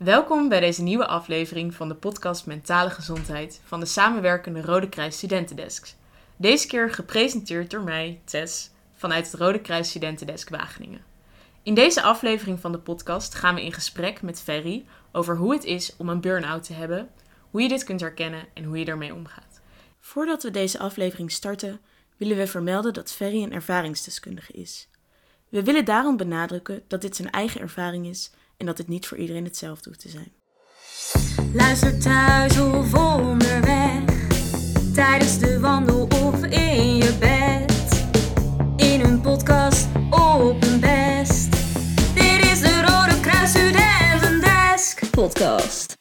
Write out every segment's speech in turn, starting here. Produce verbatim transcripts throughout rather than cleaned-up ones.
Welkom bij deze nieuwe aflevering van de podcast Mentale Gezondheid van de samenwerkende Rode Kruis Studentendesks. Deze keer gepresenteerd door mij, Tess, vanuit het Rode Kruis Studentendesk Wageningen. In deze aflevering van de podcast gaan we in gesprek met Ferry over hoe het is om een burn-out te hebben, hoe je dit kunt herkennen en hoe je ermee omgaat. Voordat we deze aflevering starten, willen we vermelden dat Ferry een ervaringsdeskundige is. We willen daarom benadrukken dat dit zijn eigen ervaring is en dat het niet voor iedereen hetzelfde hoeft te zijn. Luister thuis of onderweg, tijdens de wandel of in je bed, in een podcast op een best. Dit is de Rode Kruis Studentendesk podcast.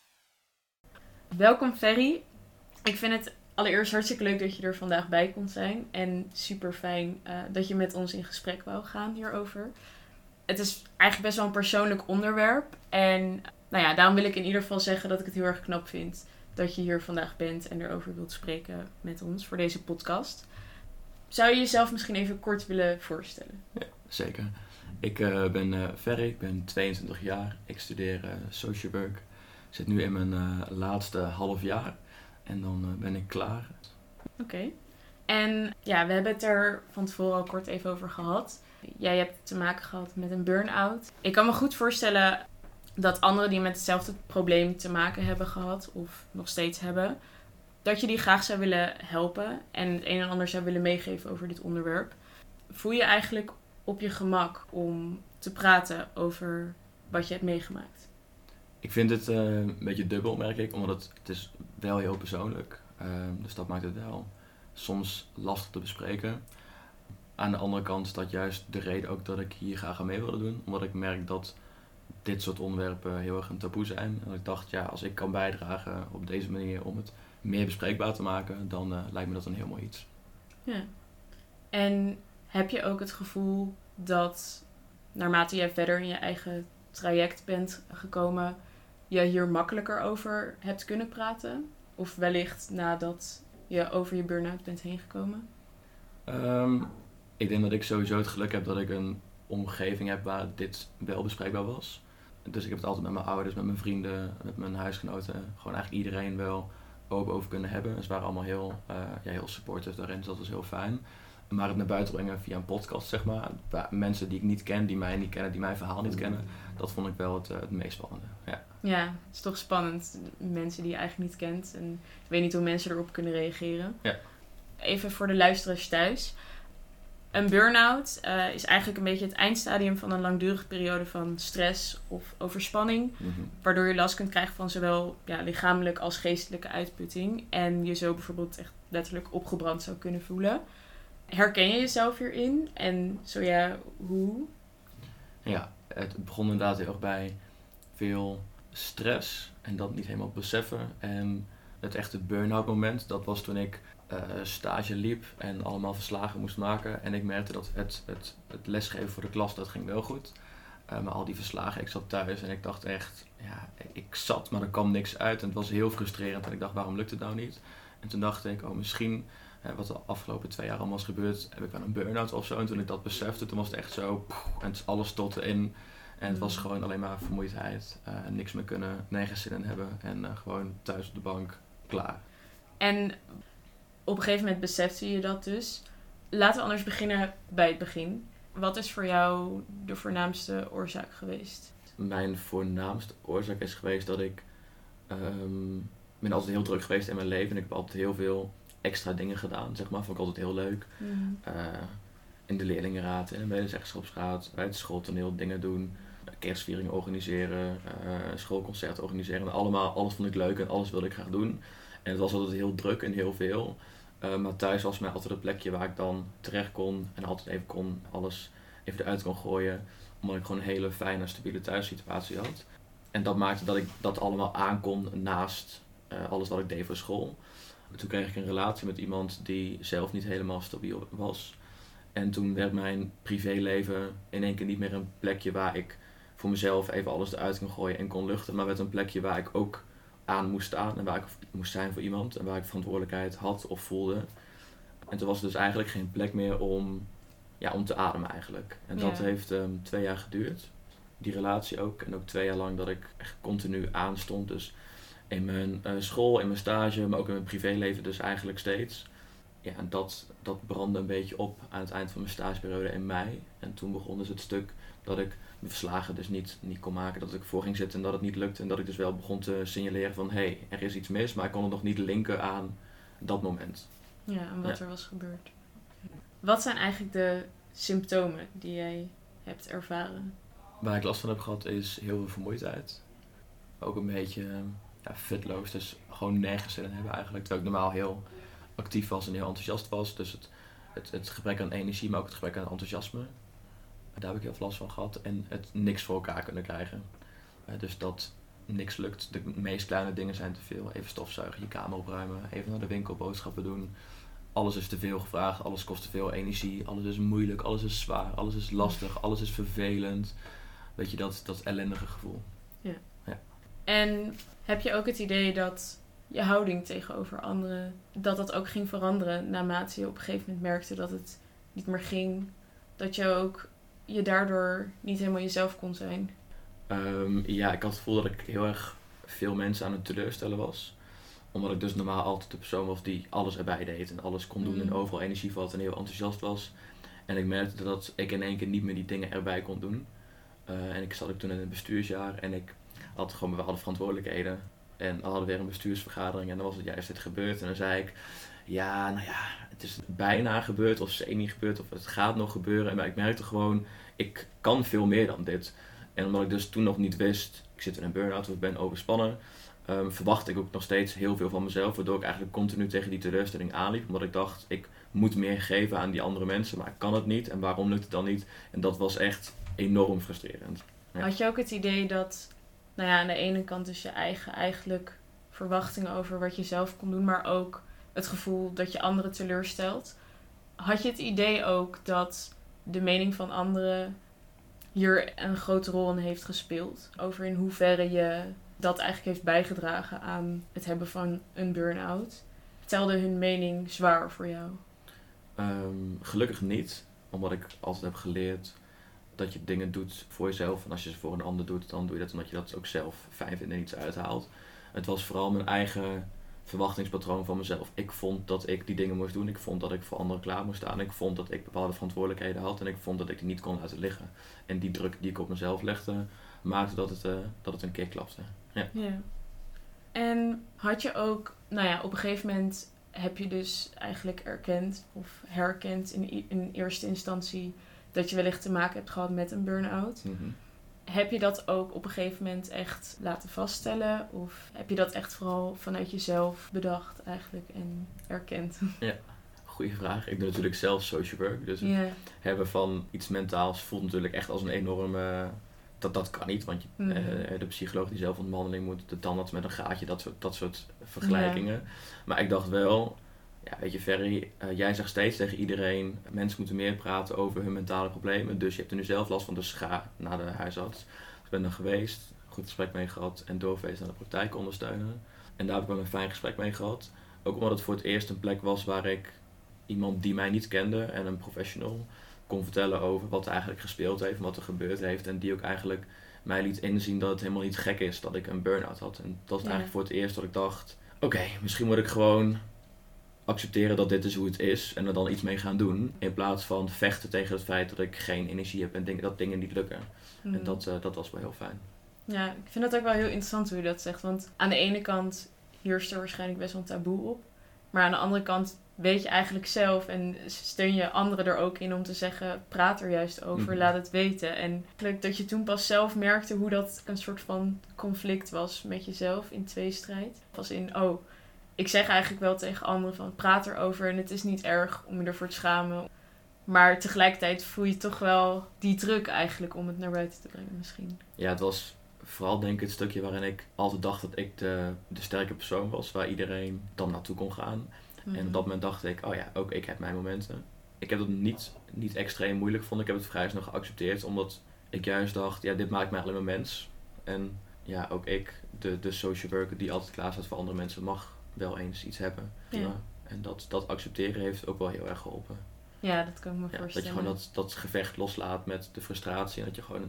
Welkom Ferry. Ik vind het allereerst hartstikke leuk dat je er vandaag bij kon zijn. En super fijn uh, dat je met ons in gesprek wou gaan hierover. Het is eigenlijk best wel een persoonlijk onderwerp. En nou ja, daarom wil ik in ieder geval zeggen dat ik het heel erg knap vind dat je hier vandaag bent en erover wilt spreken met ons voor deze podcast. Zou je jezelf misschien even kort willen voorstellen? Ja, zeker. Ik uh, ben uh, Ferry, ik ben tweeëntwintig jaar. Ik studeer uh, social work. Ik zit nu in mijn uh, laatste half jaar. En dan uh, ben ik klaar. Oké. Okay. En ja, we hebben het er van tevoren al kort even over gehad. Jij hebt te maken gehad met een burn-out. Ik kan me goed voorstellen dat anderen die met hetzelfde probleem te maken hebben gehad, of nog steeds hebben, dat je die graag zou willen helpen en het een en ander zou willen meegeven over dit onderwerp. Voel je eigenlijk op je gemak om te praten over wat je hebt meegemaakt? Ik vind het uh, een beetje dubbel, merk ik, omdat het, het is wel heel persoonlijk. Uh, dus dat maakt het wel soms lastig te bespreken. Aan de andere kant is dat juist de reden ook dat ik hier graag aan mee wilde doen. Omdat ik merk dat dit soort onderwerpen heel erg een taboe zijn. En ik dacht, ja, als ik kan bijdragen op deze manier om het meer bespreekbaar te maken, dan uh, lijkt me dat een heel mooi iets. Ja. En heb je ook het gevoel dat naarmate jij verder in je eigen traject bent gekomen, je hier makkelijker over hebt kunnen praten? Of wellicht nadat je over je burn-out bent heen gekomen? Um, ik denk dat ik sowieso het geluk heb dat ik een omgeving heb waar dit wel bespreekbaar was. Dus ik heb het altijd met mijn ouders, met mijn vrienden, met mijn huisgenoten, gewoon eigenlijk iedereen wel open over kunnen hebben. Ze waren allemaal heel, uh, ja, heel supportive daarin, dus dat was heel fijn. Maar het naar buiten brengen via een podcast, zeg maar, mensen die ik niet ken, die mij niet kennen, die mijn verhaal niet kennen, dat vond ik wel het, uh, het meest spannende. Ja. Ja, het is toch spannend. Mensen die je eigenlijk niet kent en ik weet niet hoe mensen erop kunnen reageren. Ja. Even voor de luisteraars thuis. Een burn-out uh, is eigenlijk een beetje het eindstadium van een langdurige periode van stress of overspanning. Mm-hmm. Waardoor je last kunt krijgen van zowel ja, lichamelijk als geestelijke uitputting. En je zo bijvoorbeeld echt letterlijk opgebrand zou kunnen voelen. Herken je jezelf hierin? En zo ja, hoe? Ja, het begon inderdaad heel erg bij veel stress en dat niet helemaal beseffen. En het echte burn-out moment, dat was toen ik uh, stage liep en allemaal verslagen moest maken. En ik merkte dat het, het, het lesgeven voor de klas, dat ging wel goed. Uh, maar al die verslagen, ik zat thuis en ik dacht echt, ja, ik zat, maar er kwam niks uit. En het was heel frustrerend en ik dacht, waarom lukt het nou niet? En toen dacht ik, oh misschien, uh, wat de afgelopen twee jaar allemaal is gebeurd, heb ik wel een burn-out of zo. En toen ik dat besefte, toen was het echt zo, poeh, en alles stortte in. En het was gewoon alleen maar vermoeidheid, uh, niks meer kunnen, nergens zin in hebben en uh, gewoon thuis op de bank, klaar. En op een gegeven moment besefte je dat dus. Laten we anders beginnen bij het begin. Wat is voor jou de voornaamste oorzaak geweest? Mijn voornaamste oorzaak is geweest dat ik um, ben altijd heel druk geweest in mijn leven. En ik heb altijd heel veel extra dingen gedaan, zeg maar. Vond ik altijd heel leuk. Mm. Uh, in de leerlingenraad, in de medezeggenschapsraad, bij het schooltoneel dingen doen. Kerstvieringen organiseren, uh, schoolconcerten organiseren. En allemaal, alles vond ik leuk en alles wilde ik graag doen. En het was altijd heel druk en heel veel. Uh, maar thuis was mij altijd een plekje waar ik dan terecht kon. En altijd even kon alles even eruit kon gooien. Omdat ik gewoon een hele fijne, stabiele thuissituatie had. En dat maakte dat ik dat allemaal aankon naast uh, alles wat ik deed voor school. Toen kreeg ik een relatie met iemand die zelf niet helemaal stabiel was. En toen werd mijn privéleven in één keer niet meer een plekje waar ik voor mezelf even alles eruit kon gooien en kon luchten. Maar werd een plekje waar ik ook aan moest staan en waar ik moest zijn voor iemand. En waar ik verantwoordelijkheid had of voelde. En toen was er dus eigenlijk geen plek meer om, ja, om te ademen eigenlijk. En dat ja. heeft um, twee jaar geduurd. die relatie ook. En ook twee jaar lang dat ik echt continu aanstond. Dus in mijn uh, school, in mijn stage, maar ook in mijn privéleven dus eigenlijk steeds. Ja, en dat, dat brandde een beetje op aan het eind van mijn stageperiode in mei. En toen begon dus het stuk dat ik mijn verslagen dus niet, niet kon maken. Dat ik voor ging zitten en dat het niet lukte. En dat ik dus wel begon te signaleren van, hé, hey, er is iets mis. Maar ik kon het nog niet linken aan dat moment. Ja, en wat Ja. er was gebeurd. Wat zijn eigenlijk de symptomen die jij hebt ervaren? Waar ik last van heb gehad is heel veel vermoeidheid. Ook een beetje ja, fitloos, dus gewoon nergens zin in hebben eigenlijk. Terwijl ik normaal heel actief was en heel enthousiast was. Dus het, het, het gebrek aan energie, maar ook het gebrek aan enthousiasme. Daar heb ik heel veel last van gehad. En het niks voor elkaar kunnen krijgen. Uh, dus dat niks lukt. De meest kleine dingen zijn te veel. Even stofzuigen, je kamer opruimen, even naar de winkel boodschappen doen. Alles is te veel gevraagd, alles kost te veel energie, alles is moeilijk, alles is zwaar, alles is lastig, alles is vervelend. Weet je, dat, dat ellendige gevoel. Ja. Ja. En heb je ook het idee dat je houding tegenover anderen, dat dat ook ging veranderen naarmate je op een gegeven moment merkte dat het niet meer ging? Dat je ook je daardoor niet helemaal jezelf kon zijn? Um, ja, ik had het gevoel dat ik heel erg veel mensen aan het teleurstellen was. Omdat ik dus normaal altijd de persoon was die alles erbij deed en alles kon doen Mm. en overal energie had en heel enthousiast was. En ik merkte dat ik in één keer niet meer die dingen erbij kon doen. Uh, en ik zat ook toen in het bestuursjaar en ik had gewoon bepaalde verantwoordelijkheden. En we hadden weer een bestuursvergadering en dan was het juist dit gebeurd. En dan zei ik, ja, nou ja, het is bijna gebeurd of semi gebeurd of het gaat nog gebeuren. Maar ik merkte gewoon, ik kan veel meer dan dit. En omdat ik dus toen nog niet wist, ik zit in een burn-out of ik ben overspannen, um, verwachtte ik ook nog steeds heel veel van mezelf. Waardoor ik eigenlijk continu tegen die teleurstelling aanliep. Omdat ik dacht, ik moet meer geven aan die andere mensen, maar ik kan het niet. En waarom lukt het dan niet? En dat was echt enorm frustrerend. Ja. Had je ook het idee dat, nou ja, aan de ene kant dus je eigen eigenlijk verwachtingen over wat je zelf kon doen, maar ook het gevoel dat je anderen teleurstelt. Had je het idee ook dat de mening van anderen hier een grote rol in heeft gespeeld? Over in hoeverre je dat eigenlijk heeft bijgedragen aan het hebben van een burn-out? Telde hun mening zwaar voor jou? Um, gelukkig niet, omdat ik altijd heb geleerd dat je dingen doet voor jezelf. En als je ze voor een ander doet, dan doe je dat omdat je dat ook zelf fijn vindt en iets uithaalt. Het was vooral mijn eigen verwachtingspatroon van mezelf. Ik vond dat ik die dingen moest doen. Ik vond dat ik voor anderen klaar moest staan. Ik vond dat ik bepaalde verantwoordelijkheden had en ik vond dat ik die niet kon laten liggen. En die druk die ik op mezelf legde, maakte dat het, uh, dat het een keer klapte. Ja. Ja. En had je ook, nou ja, op een gegeven moment heb je dus eigenlijk erkend of herkend in, in eerste instantie dat je wellicht te maken hebt gehad met een burn-out. Mm-hmm. Heb je dat ook op een gegeven moment echt laten vaststellen? Of heb je dat echt vooral vanuit jezelf bedacht eigenlijk en erkend? Ja, goeie vraag. Ik doe natuurlijk zelf social work. Dus het Ja. hebben van iets mentaals voelt natuurlijk echt als een enorme... Dat, dat kan niet, want je, Mm. uh, de psycholoog die zelf onder behandeling moet, de tandarts met een gaatje, dat soort, dat soort vergelijkingen. Ja. Maar ik dacht wel, ja, weet je Ferry, uh, jij zegt steeds tegen iedereen, mensen moeten meer praten over hun mentale problemen. Dus je hebt er nu zelf last van, dus ga naar de huisarts. Ik ben er geweest, goed gesprek mee gehad en doorgeweest naar de praktijk ondersteunen. En daar heb ik wel een fijn gesprek mee gehad. Ook omdat het voor het eerst een plek was waar ik iemand die mij niet kende en een professional kon vertellen over wat er eigenlijk gespeeld heeft en wat er gebeurd heeft. En die ook eigenlijk mij liet inzien dat het helemaal niet gek is dat ik een burn-out had. En dat was Ja. eigenlijk voor het eerst dat ik dacht, oké, okay, misschien moet ik gewoon accepteren dat dit is hoe het is en er dan iets mee gaan doen. In plaats van vechten tegen het feit dat ik geen energie heb en denk, dat dingen niet lukken. Mm. En dat, uh, dat was wel heel fijn. Ja, ik vind dat ook wel heel interessant hoe je dat zegt. Want aan de ene kant heerst er waarschijnlijk best wel een taboe op. Maar aan de andere kant weet je eigenlijk zelf en steun je anderen er ook in om te zeggen, praat er juist over, Mm-hmm. laat het weten. En eigenlijk dat je toen pas zelf merkte hoe dat een soort van conflict was met jezelf in tweestrijd. Pas in, oh, ik zeg eigenlijk wel tegen anderen van, praat erover en het is niet erg om je ervoor te schamen. Maar tegelijkertijd voel je toch wel die druk eigenlijk om het naar buiten te brengen misschien. Ja, het was vooral denk ik het stukje waarin ik altijd dacht dat ik de, de sterke persoon was, waar iedereen dan naartoe kon gaan. Mm. En op dat moment dacht ik, oh ja, ook ik heb mijn momenten. Ik heb het niet, niet extreem moeilijk gevonden. Ik heb het vrij snel geaccepteerd. Omdat ik juist dacht, ja, dit maakt mij alleen maar mens. En ja, ook ik, de, de social worker die altijd klaar staat voor andere mensen, mag wel eens iets hebben. Ja. Ja. En dat, dat accepteren heeft ook wel heel erg geholpen. Ja, dat kan ik me Ja, dat voorstellen. je gewoon dat, dat gevecht loslaat met de frustratie. En dat je gewoon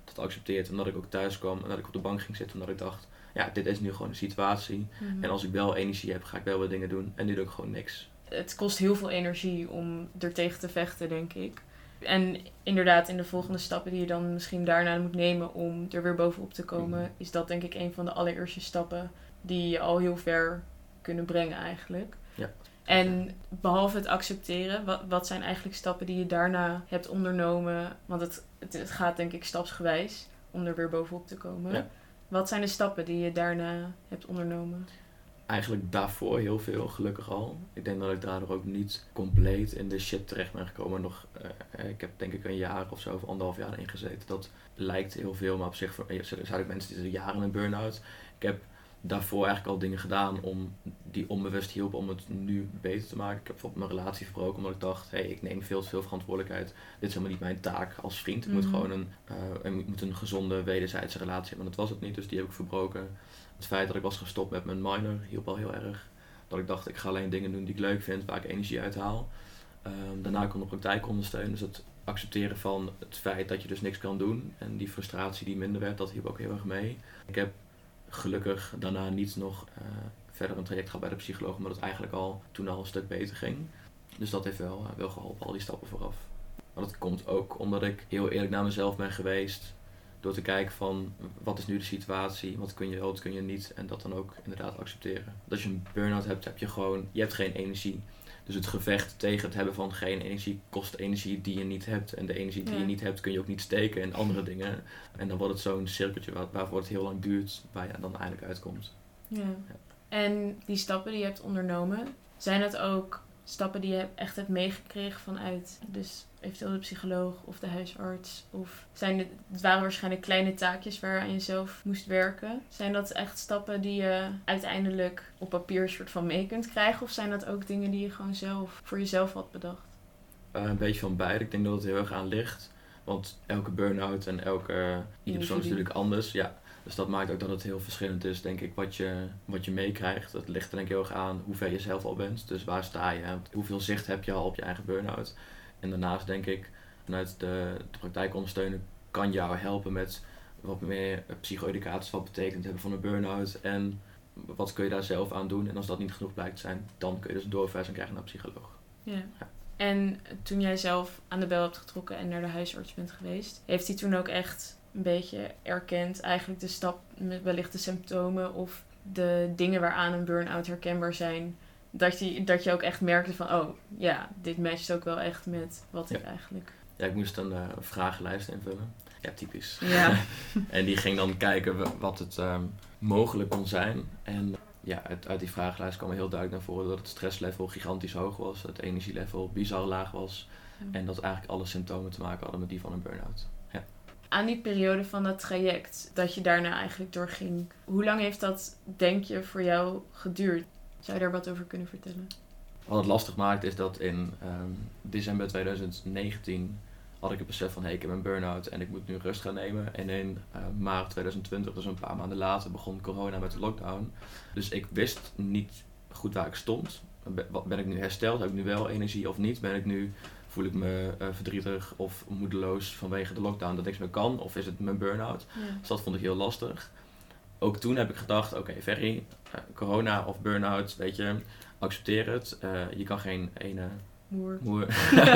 dat accepteerd. En dat ik ook thuis kwam en dat ik op de bank ging zitten. Omdat ik dacht, ja, dit is nu gewoon de situatie. Mm-hmm. En als ik wel energie heb, ga ik wel wat dingen doen. En nu doe ik gewoon niks. Het kost heel veel energie om er tegen te vechten, denk ik. En inderdaad, in de volgende stappen die je dan misschien daarna moet nemen om er weer bovenop te komen, mm-hmm. is dat denk ik een van de allereerste stappen die je al heel ver kunnen brengen eigenlijk. Ja. En behalve het accepteren, wat, wat zijn eigenlijk stappen die je daarna hebt ondernomen? Want het, het, het gaat denk ik stapsgewijs om er weer bovenop te komen. Ja. Wat zijn de stappen die je daarna hebt ondernomen? Eigenlijk daarvoor heel veel, gelukkig al. Ik denk dat ik daardoor ook niet compleet in de shit terecht ben gekomen. Nog, uh, ik heb denk ik een jaar of zo, of anderhalf jaar erin gezeten. Dat lijkt heel veel, maar op zich er zijn ook mensen die zitten jaren in een burn-out. Ik heb daarvoor eigenlijk al dingen gedaan om die onbewust hielpen om het nu beter te maken. Ik heb bijvoorbeeld mijn relatie verbroken omdat ik dacht, hé, hey, ik neem veel te veel verantwoordelijkheid. Dit is helemaal niet mijn taak als vriend. Ik mm-hmm. moet gewoon een, uh, ik moet een gezonde wederzijdse relatie hebben. Maar dat was het niet, dus die heb ik verbroken. Het feit dat ik was gestopt met mijn minor hielp al heel erg. Dat ik dacht, ik ga alleen dingen doen die ik leuk vind, waar ik energie uit haal. Um, daarna kon de praktijk ondersteunen. Dus het accepteren van het feit dat je dus niks kan doen. En die frustratie die minder werd, dat hielp ook heel erg mee. Ik heb gelukkig daarna niet nog uh, verder een traject gehad bij de psycholoog, omdat het eigenlijk al toen al een stuk beter ging. Dus dat heeft wel, uh, wel geholpen, al die stappen vooraf. Maar dat komt ook omdat ik heel eerlijk naar mezelf ben geweest. Door te kijken van, wat is nu de situatie, wat kun je wel, wat kun je niet. En dat dan ook inderdaad accepteren. Als je een burn-out hebt, heb je gewoon, je hebt geen energie. Dus het gevecht tegen het hebben van geen energie kost energie die je niet hebt. En de energie die ja. je niet hebt kun je ook niet steken in andere dingen. En dan wordt het zo'n cirkeltje waar, waarvoor het heel lang duurt, waar je dan eindelijk uitkomt. Ja. Ja. En die stappen die je hebt ondernomen, zijn het ook stappen die je echt hebt meegekregen vanuit dus eventueel de psycholoog of de huisarts? Of zijn het, het waren waarschijnlijk kleine taakjes waar je aan jezelf moest werken. Zijn dat echt stappen die je uiteindelijk op papier soort van mee kunt krijgen? Of zijn dat ook dingen die je gewoon zelf voor jezelf had bedacht? Uh, een beetje van beide. Ik denk dat het heel erg aan ligt. Want elke burn-out en elke ieder persoon is natuurlijk anders. Ja. Dus dat maakt ook dat het heel verschillend is, denk ik, wat je, wat je meekrijgt. Dat ligt er denk ik heel erg aan hoe ver je zelf al bent. Dus waar sta je? Hoeveel zicht heb je al op je eigen burn-out? En daarnaast denk ik, vanuit de, de praktijk ondersteunen kan jou helpen met wat meer psycho-educatie, wat betekent het hebben van een burn-out. En wat kun je daar zelf aan doen? En als dat niet genoeg blijkt te zijn, dan kun je dus een doorverwijzing krijgen naar een psycholoog. Ja. Ja. En toen jij zelf aan de bel hebt getrokken en naar de huisarts bent geweest, heeft hij toen ook echt een beetje erkend eigenlijk de stap met wellicht de symptomen of de dingen waaraan een burn-out herkenbaar zijn, dat je, dat je ook echt merkte van, oh ja, dit matcht ook wel echt met wat ja. ik eigenlijk... Ja, ik moest een uh, vragenlijst invullen. Ja, typisch. Ja. En die ging dan kijken wat het um, mogelijk kon zijn. En ja, uit, uit die vragenlijst kwam heel duidelijk naar voren dat het stresslevel gigantisch hoog was, dat het energielevel bizar laag was ja. en dat eigenlijk alle symptomen te maken hadden met die van een burn-out. Ja. Aan die periode van dat traject, dat je daarna eigenlijk doorging, hoe lang heeft dat, denk je, voor jou geduurd? Zou je daar wat over kunnen vertellen? Wat het lastig maakt is dat in um, december twintig negentien had ik het besef van, hé, hey, ik heb een burn-out en ik moet nu rust gaan nemen. En in uh, maart twintig twintig, dus een paar maanden later, begon corona met de lockdown. Dus ik wist niet goed waar ik stond. Ben ik nu hersteld? Heb ik nu wel energie of niet? Ben ik nu, voel ik me uh, verdrietig of moedeloos vanwege de lockdown dat niks meer kan? Of is het mijn burn-out? Ja. Dus dat vond ik heel lastig. Ook toen heb ik gedacht, oké, okay, Ferry, uh, corona of burn-out, weet je, accepteer het. Uh, je kan geen ene... Moer. moer.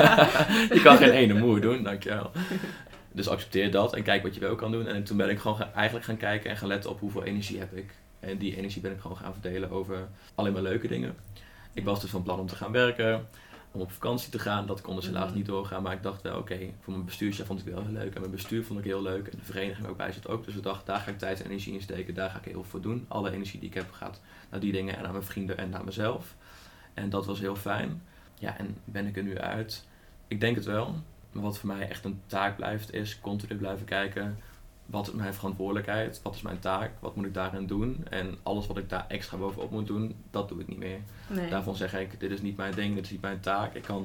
Je kan geen ene moer doen, dankjewel. Dus accepteer dat en kijk wat je wel kan doen. En toen ben ik gewoon ga, eigenlijk gaan kijken en gaan letten op hoeveel energie heb ik. En die energie ben ik gewoon gaan verdelen over alleen maar leuke dingen. Ik was dus van plan om te gaan werken, om op vakantie te gaan. Dat kon dus helaas niet doorgaan, maar ik dacht wel, oké, okay, voor mijn bestuurschef vond ik het wel heel leuk. En mijn bestuur vond ik heel leuk en de vereniging ook bij zit ook. Dus ik dacht, daar ga ik tijd en energie in steken, daar ga ik heel veel voor doen. Alle energie die ik heb gaat naar die dingen en naar mijn vrienden en naar mezelf. En dat was heel fijn. Ja, en ben ik er nu uit? Ik denk het wel. Maar wat voor mij echt een taak blijft is continu blijven kijken. Wat is mijn verantwoordelijkheid? Wat is mijn taak? Wat moet ik daarin doen? En alles wat ik daar extra bovenop moet doen, dat doe ik niet meer. Nee. Daarvan zeg ik, dit is niet mijn ding, dit is niet mijn taak. Ik kan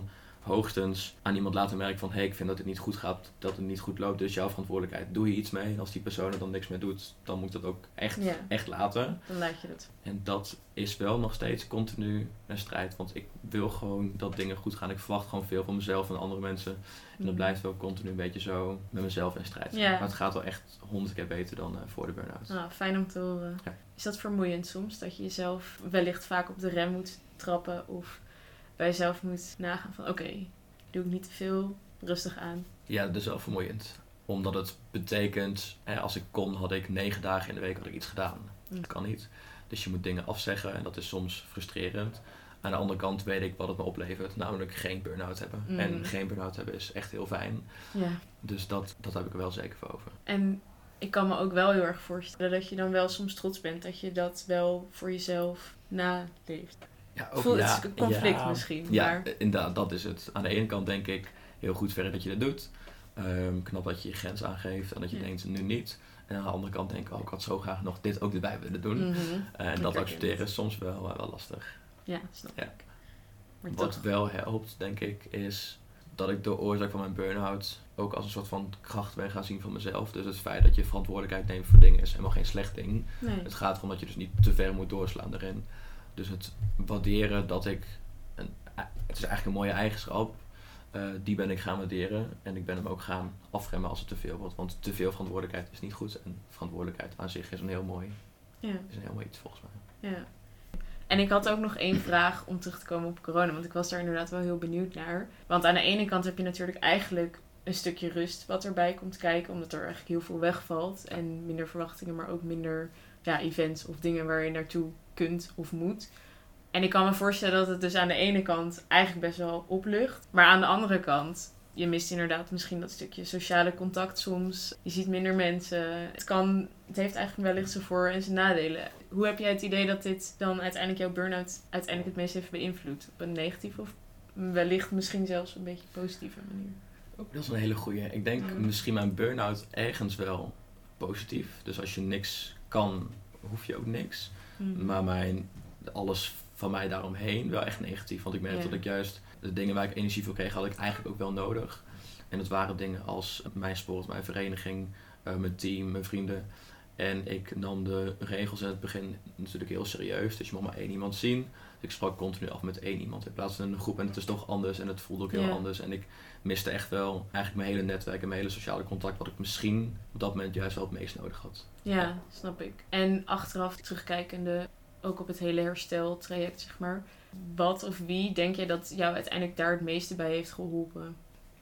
hoogstens aan iemand laten merken van... hé, hey, ik vind dat het niet goed gaat, dat het niet goed loopt. Dus jouw verantwoordelijkheid, doe je iets mee. En als die persoon er dan niks mee doet, dan moet dat ook echt, ja. echt laten. Dan laat je dat. En dat is wel nog steeds continu een strijd. Want ik wil gewoon dat dingen goed gaan. Ik verwacht gewoon veel van mezelf en andere mensen. En dat blijft wel continu een beetje zo met mezelf in strijd. Ja. Maar het gaat wel echt honderd keer beter dan uh, voor de burn-out. Nou, fijn om te horen. Ja. Is dat vermoeiend soms? Dat je jezelf wellicht vaak op de rem moet trappen? Of bij jezelf moet nagaan van... oké, okay, doe ik niet te veel, rustig aan. Ja, dat is wel vermoeiend. Omdat het betekent... Eh, als ik kon, had ik negen dagen in de week had ik iets gedaan. Mm. Dat kan niet. Dus je moet dingen afzeggen. En dat is soms frustrerend. Aan de andere kant weet ik wat het me oplevert. Namelijk geen burn-out hebben. Mm. En geen burn-out hebben is echt heel fijn. Ja. Dus dat, dat heb ik er wel zeker voor over. En ik kan me ook wel heel erg voorstellen dat je dan wel soms trots bent. Dat je dat wel voor jezelf naleeft. Ja, ook, Voel, ja, het is een conflict ja, misschien. Ja, maar... inderdaad, dat is het. Aan de ene kant denk ik heel goed verder dat je dat doet. Um, knap dat je je grens aangeeft en dat je ja. denkt nu niet. En aan de andere kant denk ik, oh, ik had zo graag nog dit ook erbij willen doen. Mm-hmm. Uh, en dat accepteren is soms wel, uh, wel lastig. Ja, snap ja. ik. Maar Wat toch. wel helpt, denk ik, is dat ik de oorzaak van mijn burn-out ook als een soort van kracht ben gaan zien van mezelf. Dus het feit dat je verantwoordelijkheid neemt voor dingen is helemaal geen slecht ding. Nee. Het gaat erom dat je dus niet te ver moet doorslaan erin. Dus het waarderen dat ik... Een, het is eigenlijk een mooie eigenschap. Uh, die ben ik gaan waarderen. En ik ben hem ook gaan afremmen als het te veel wordt. Want te veel verantwoordelijkheid is niet goed. En verantwoordelijkheid aan zich is een heel mooi, ja. is een heel mooi iets volgens mij. Ja. En ik had ook nog één vraag om terug te komen op corona. Want ik was daar inderdaad wel heel benieuwd naar. Want aan de ene kant heb je natuurlijk eigenlijk een stukje rust wat erbij komt kijken. Omdat er eigenlijk heel veel wegvalt. En minder verwachtingen, maar ook minder ja, events of dingen waar je naartoe kunt of moet. En ik kan me voorstellen dat het dus aan de ene kant eigenlijk best wel oplucht. Maar aan de andere kant, je mist inderdaad misschien dat stukje sociale contact soms. Je ziet minder mensen. Het kan, het heeft eigenlijk wellicht zijn voor- en zijn nadelen. Hoe heb jij het idee dat dit dan uiteindelijk jouw burn-out uiteindelijk het meest heeft beïnvloed? Op een negatieve of wellicht misschien zelfs een beetje positieve manier? Dat is een hele goeie. Ik denk mm. misschien mijn burn-out ergens wel positief. Dus als je niks kan, hoef je ook niks. Mm. Maar mijn, alles van mij daaromheen wel echt negatief. Want ik merkte yeah. dat ik juist de dingen waar ik energie voor kreeg, had ik eigenlijk ook wel nodig. En dat waren dingen als mijn sport, mijn vereniging, uh, mijn team, mijn vrienden. En ik nam de regels in het begin natuurlijk heel serieus. Dus je mag maar één iemand zien. Dus ik sprak continu af met één iemand in plaats van een groep. En het is toch anders en het voelde ook heel yeah. anders. En ik miste echt wel eigenlijk mijn hele netwerk en mijn hele sociale contact. Wat ik misschien op dat moment juist wel het meest nodig had. Ja, ja. Snap ik. En achteraf terugkijkende, ook op het hele hersteltraject, zeg maar. Wat of wie denk je dat jou uiteindelijk daar het meeste bij heeft geholpen?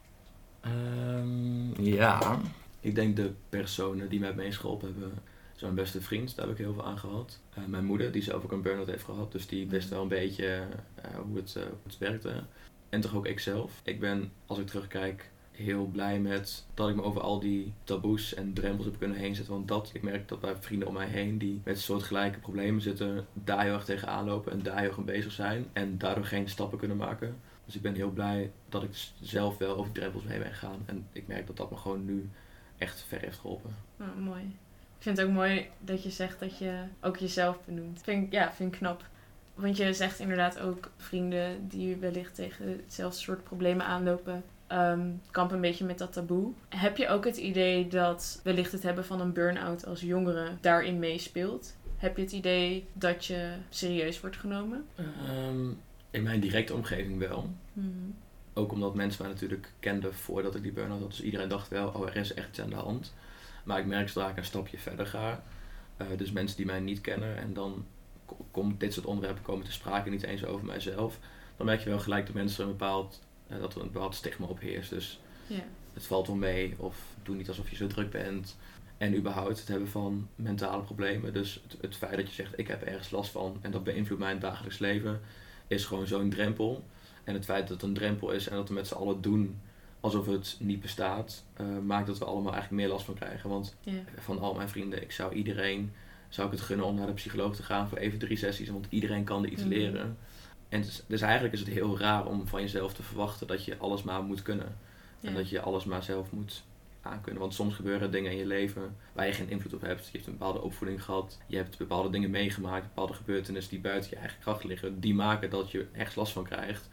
Um, ja, ik denk de personen die mij het meest geholpen hebben. Zo mijn beste vriend, daar heb ik heel veel aan gehad. Uh, mijn moeder, die zelf ook een burn-out heeft gehad. Dus die wist wel een beetje uh, hoe, het, uh, hoe het werkte. En toch ook ikzelf. Ik ben, als ik terugkijk, heel blij met dat ik me over al die taboes en drempels heb kunnen heen zetten. Want dat, ik merk dat bij vrienden om mij heen die met soortgelijke problemen zitten, daar heel erg tegenaan lopen en daar heel erg mee bezig zijn. En daardoor geen stappen kunnen maken. Dus ik ben heel blij dat ik zelf wel over die drempels heen ben gegaan. En ik merk dat dat me gewoon nu echt ver heeft geholpen. Oh, mooi. Ik vind het ook mooi dat je zegt dat je ook jezelf benoemt. Vind ik, ja, vind ik knap. Want je zegt inderdaad ook vrienden die wellicht tegen hetzelfde soort problemen aanlopen. Um, kamp een beetje met dat taboe. Heb je ook het idee dat wellicht het hebben van een burn-out als jongere daarin meespeelt? Heb je het idee dat je serieus wordt genomen? Um, in mijn directe omgeving wel. Mm-hmm. Ook omdat mensen mij natuurlijk kenden voordat ik die burn-out had. Dus iedereen dacht wel, oh, er is echt iets aan de hand. Maar ik merk zodra ik een stapje verder ga. Uh, dus mensen die mij niet kennen en dan komt dit soort onderwerpen komen te sprake, niet eens over mijzelf. Dan merk je wel gelijk dat mensen een bepaald... dat er een bepaald stigma op heerst. Dus yeah. het valt wel mee. Of doe niet alsof je zo druk bent. En überhaupt het hebben van mentale problemen. Dus het, het feit dat je zegt, ik heb ergens last van. En dat beïnvloedt mijn dagelijks leven. Is gewoon zo'n drempel. En het feit dat het een drempel is. En dat we met z'n allen doen alsof het niet bestaat. Uh, maakt dat we allemaal eigenlijk meer last van krijgen. Want yeah. van al mijn vrienden. Ik zou iedereen. Zou ik het gunnen om naar de psycholoog te gaan. Voor even drie sessies. Want iedereen kan er iets mm-hmm. leren. En dus, dus eigenlijk is het heel raar om van jezelf te verwachten dat je alles maar moet kunnen. Ja. En dat je alles maar zelf moet aankunnen. Want soms gebeuren dingen in je leven waar je geen invloed op hebt. Je hebt een bepaalde opvoeding gehad. Je hebt bepaalde dingen meegemaakt. Bepaalde gebeurtenissen die buiten je eigen kracht liggen. Die maken dat je ergens last van krijgt.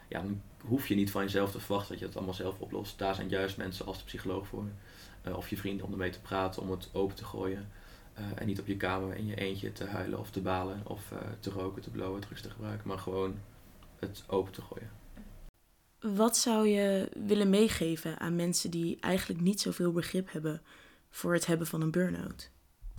ja, dan hoef je niet van jezelf te verwachten dat je het allemaal zelf oplost. Daar zijn juist mensen als de psycholoog voor. Uh, of je vrienden om ermee te praten, om het open te gooien. Uh, en niet op je kamer in je eentje te huilen of te balen of uh, te roken, te blowen, drugs te gebruiken. Maar gewoon het open te gooien. Wat zou je willen meegeven aan mensen die eigenlijk niet zoveel begrip hebben voor het hebben van een burn-out?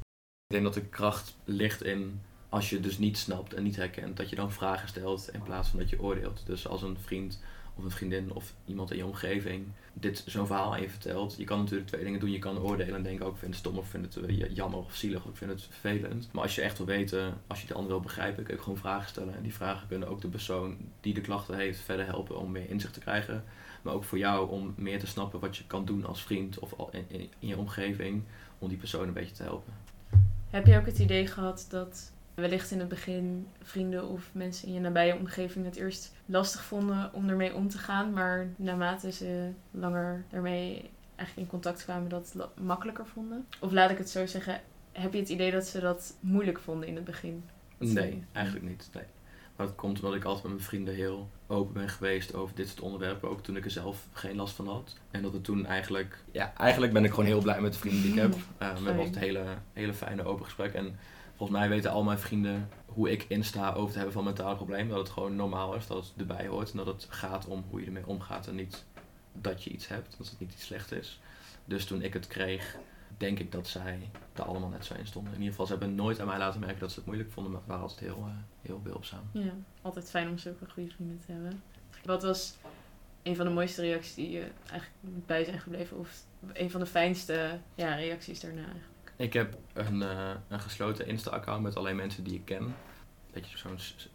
Ik denk dat de kracht ligt in, als je het dus niet snapt en niet herkent, dat je dan vragen stelt in plaats van dat je oordeelt. Dus als een vriend of een vriendin of iemand in je omgeving dit zo'n verhaal aan je vertelt. Je kan natuurlijk twee dingen doen. Je kan oordelen en denken ook, ik vind het stom of ik vind het jammer of zielig of ik vind het vervelend. Maar als je echt wil weten, als je de ander wil begrijpen, kun je gewoon vragen stellen. En die vragen kunnen ook de persoon die de klachten heeft verder helpen om meer inzicht te krijgen. Maar ook voor jou om meer te snappen wat je kan doen als vriend of in, in, in je omgeving om die persoon een beetje te helpen. Heb je ook het idee gehad dat wellicht in het begin vrienden of mensen in je nabije omgeving het eerst lastig vonden om ermee om te gaan, maar naarmate ze langer daarmee eigenlijk in contact kwamen, dat het makkelijker vonden? Of laat ik het zo zeggen, heb je het idee dat ze dat moeilijk vonden in het begin? Nee, eigenlijk niet. Nee. Maar dat komt omdat ik altijd met mijn vrienden heel open ben geweest over dit soort onderwerpen, ook toen ik er zelf geen last van had. En dat het toen eigenlijk, ja, eigenlijk ben ik gewoon heel blij met de vrienden die ik heb. Uh, we hebben altijd hele, hele fijne open gesprekken. En volgens mij weten al mijn vrienden hoe ik insta over het hebben van mentale problemen. Dat het gewoon normaal is, dat het erbij hoort en dat het gaat om hoe je ermee omgaat en niet dat je iets hebt, dat het niet iets slechts is. Dus toen ik het kreeg, denk ik dat zij er allemaal net zo in stonden. In ieder geval, ze hebben nooit aan mij laten merken dat ze het moeilijk vonden, maar waren altijd heel, uh, heel behulpzaam. Ja, altijd fijn om zulke goede vrienden te hebben. Wat was een van de mooiste reacties die je eigenlijk bij zijn gebleven? Of een van de fijnste ja, reacties daarna eigenlijk? Ik heb een, uh, een gesloten Insta-account met alleen mensen die ik ken. Beetje zo'n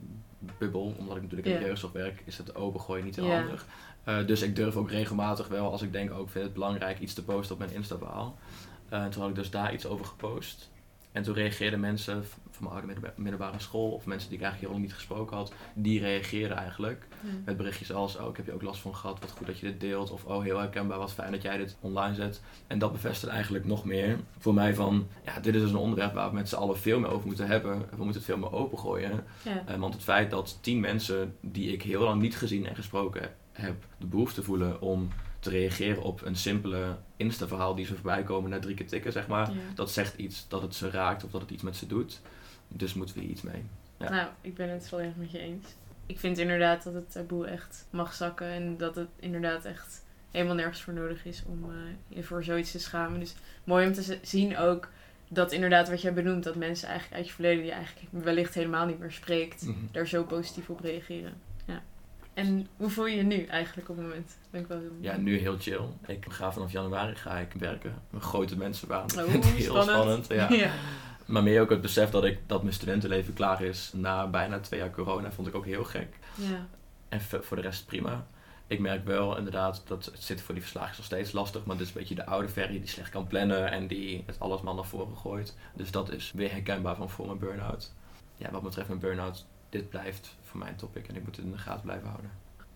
bubbel, omdat ik natuurlijk in de jeugdzorg werk, is het opengooien niet heel ja. handig. Uh, dus ik durf ook regelmatig wel, als ik denk ook vind het belangrijk, iets te posten op mijn Insta-verhaal. Uh, en toen had ik dus daar iets over gepost. En toen reageerden mensen van mijn oude middelbare school, of mensen die ik eigenlijk heel lang niet gesproken had, die reageerden eigenlijk ja. met berichtjes als, oh, ik heb je ook last van gehad, wat goed dat je dit deelt, of oh, heel herkenbaar, wat fijn dat jij dit online zet. En dat bevestigt eigenlijk nog meer voor mij van, ja, dit is dus een onderwerp waar we met z'n allen veel meer over moeten hebben. We moeten het veel meer opengooien. Ja. Uh, want het feit dat tien mensen die ik heel lang niet gezien en gesproken heb, de behoefte voelen om te reageren op een simpele Insta-verhaal die ze voorbij komen na drie keer tikken, zeg maar. Ja. Dat zegt iets, dat het ze raakt of dat het iets met ze doet. Dus moeten we hier iets mee. Ja. Nou, ik ben het volledig met je eens. Ik vind inderdaad dat het taboe echt mag zakken en dat het inderdaad echt helemaal nergens voor nodig is om uh, je voor zoiets te schamen. Dus mooi om te zien ook dat inderdaad wat jij benoemt, dat mensen eigenlijk uit je verleden die je eigenlijk wellicht helemaal niet meer spreekt, mm-hmm. daar zo positief op reageren. Ja. En hoe voel je je nu eigenlijk op het moment? Ben ik wel heel ja, nu heel chill. Ik ga vanaf januari ga ik werken. Een grote mensenbaan. Oh, ik vind het heel spannend. spannend. Ja. Ja. Maar meer ook het besef dat ik dat mijn studentenleven klaar is na bijna twee jaar corona, vond ik ook heel gek. Ja. En voor de rest prima. Ik merk wel inderdaad dat het zit voor die verslagers nog steeds lastig, maar dit is een beetje de oude Ferry die slecht kan plannen en die het alles maar naar voren gooit. Dus dat is weer herkenbaar van voor mijn burn-out. Ja, wat betreft mijn burn-out, dit blijft voor mij een topic en ik moet het in de gaten blijven houden.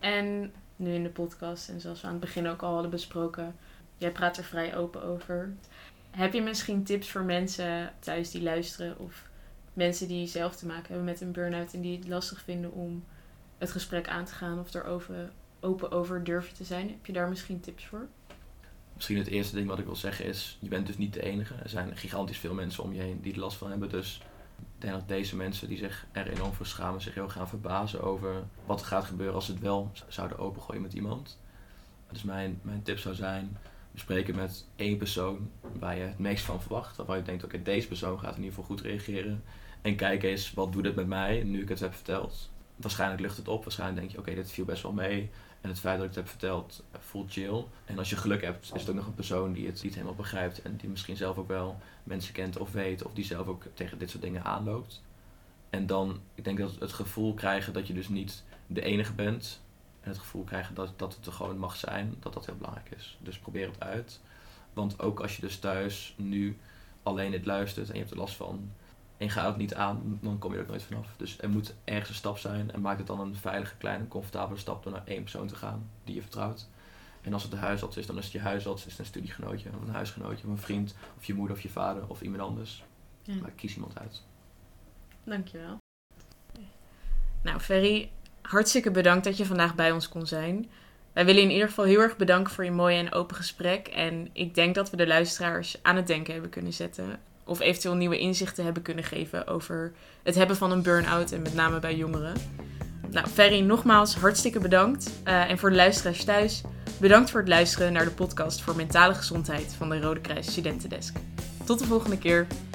En nu in de podcast, en zoals we aan het begin ook al hadden besproken, jij praat er vrij open over. Heb je misschien tips voor mensen thuis die luisteren of mensen die zelf te maken hebben met een burn-out en die het lastig vinden om het gesprek aan te gaan of er over, open over durven te zijn? Heb je daar misschien tips voor? Misschien het eerste ding wat ik wil zeggen is, je bent dus niet de enige. Er zijn gigantisch veel mensen om je heen die er last van hebben, dus ik denk dat deze mensen die zich er enorm voor schamen zich heel gaan verbazen over wat er gaat gebeuren als ze het wel zouden opengooien met iemand. Dus mijn, mijn tip zou zijn, bespreek het met één persoon waar je het meest van verwacht. Waarvan je denkt, oké, okay, deze persoon gaat in ieder geval goed reageren. En kijk eens, wat doet het met mij nu ik het heb verteld? Waarschijnlijk lucht het op, waarschijnlijk denk je, oké, okay, dit viel best wel mee. En het feit dat ik het heb verteld voelt chill. En als je geluk hebt, is het ook nog een persoon die het niet helemaal begrijpt. En die misschien zelf ook wel mensen kent of weet. Of die zelf ook tegen dit soort dingen aanloopt. En dan, ik denk dat het gevoel krijgen dat je dus niet de enige bent. En het gevoel krijgen dat, dat het er gewoon mag zijn. Dat dat heel belangrijk is. Dus probeer het uit. Want ook als je dus thuis nu alleen dit luistert en je hebt er last van. En je gaat het niet aan, dan kom je er ook nooit vanaf. Dus er moet ergens een stap zijn. En maak het dan een veilige, kleine, comfortabele stap door naar één persoon te gaan die je vertrouwt. En als het de huisarts is, dan is het je huisarts, is het een studiegenootje, of een huisgenootje, of een vriend, of je moeder of je vader, of iemand anders. Ja. Maar kies iemand uit. Dankjewel. Nou, Ferry, hartstikke bedankt dat je vandaag bij ons kon zijn. Wij willen in ieder geval heel erg bedanken voor je mooie en open gesprek. En ik denk dat we de luisteraars aan het denken hebben kunnen zetten. Of eventueel nieuwe inzichten hebben kunnen geven over het hebben van een burn-out en met name bij jongeren. Nou, Ferry, nogmaals hartstikke bedankt. Uh, en voor de luisteraars thuis, bedankt voor het luisteren naar de podcast voor mentale gezondheid van de Rode Kruis Studentendesk. Tot de volgende keer.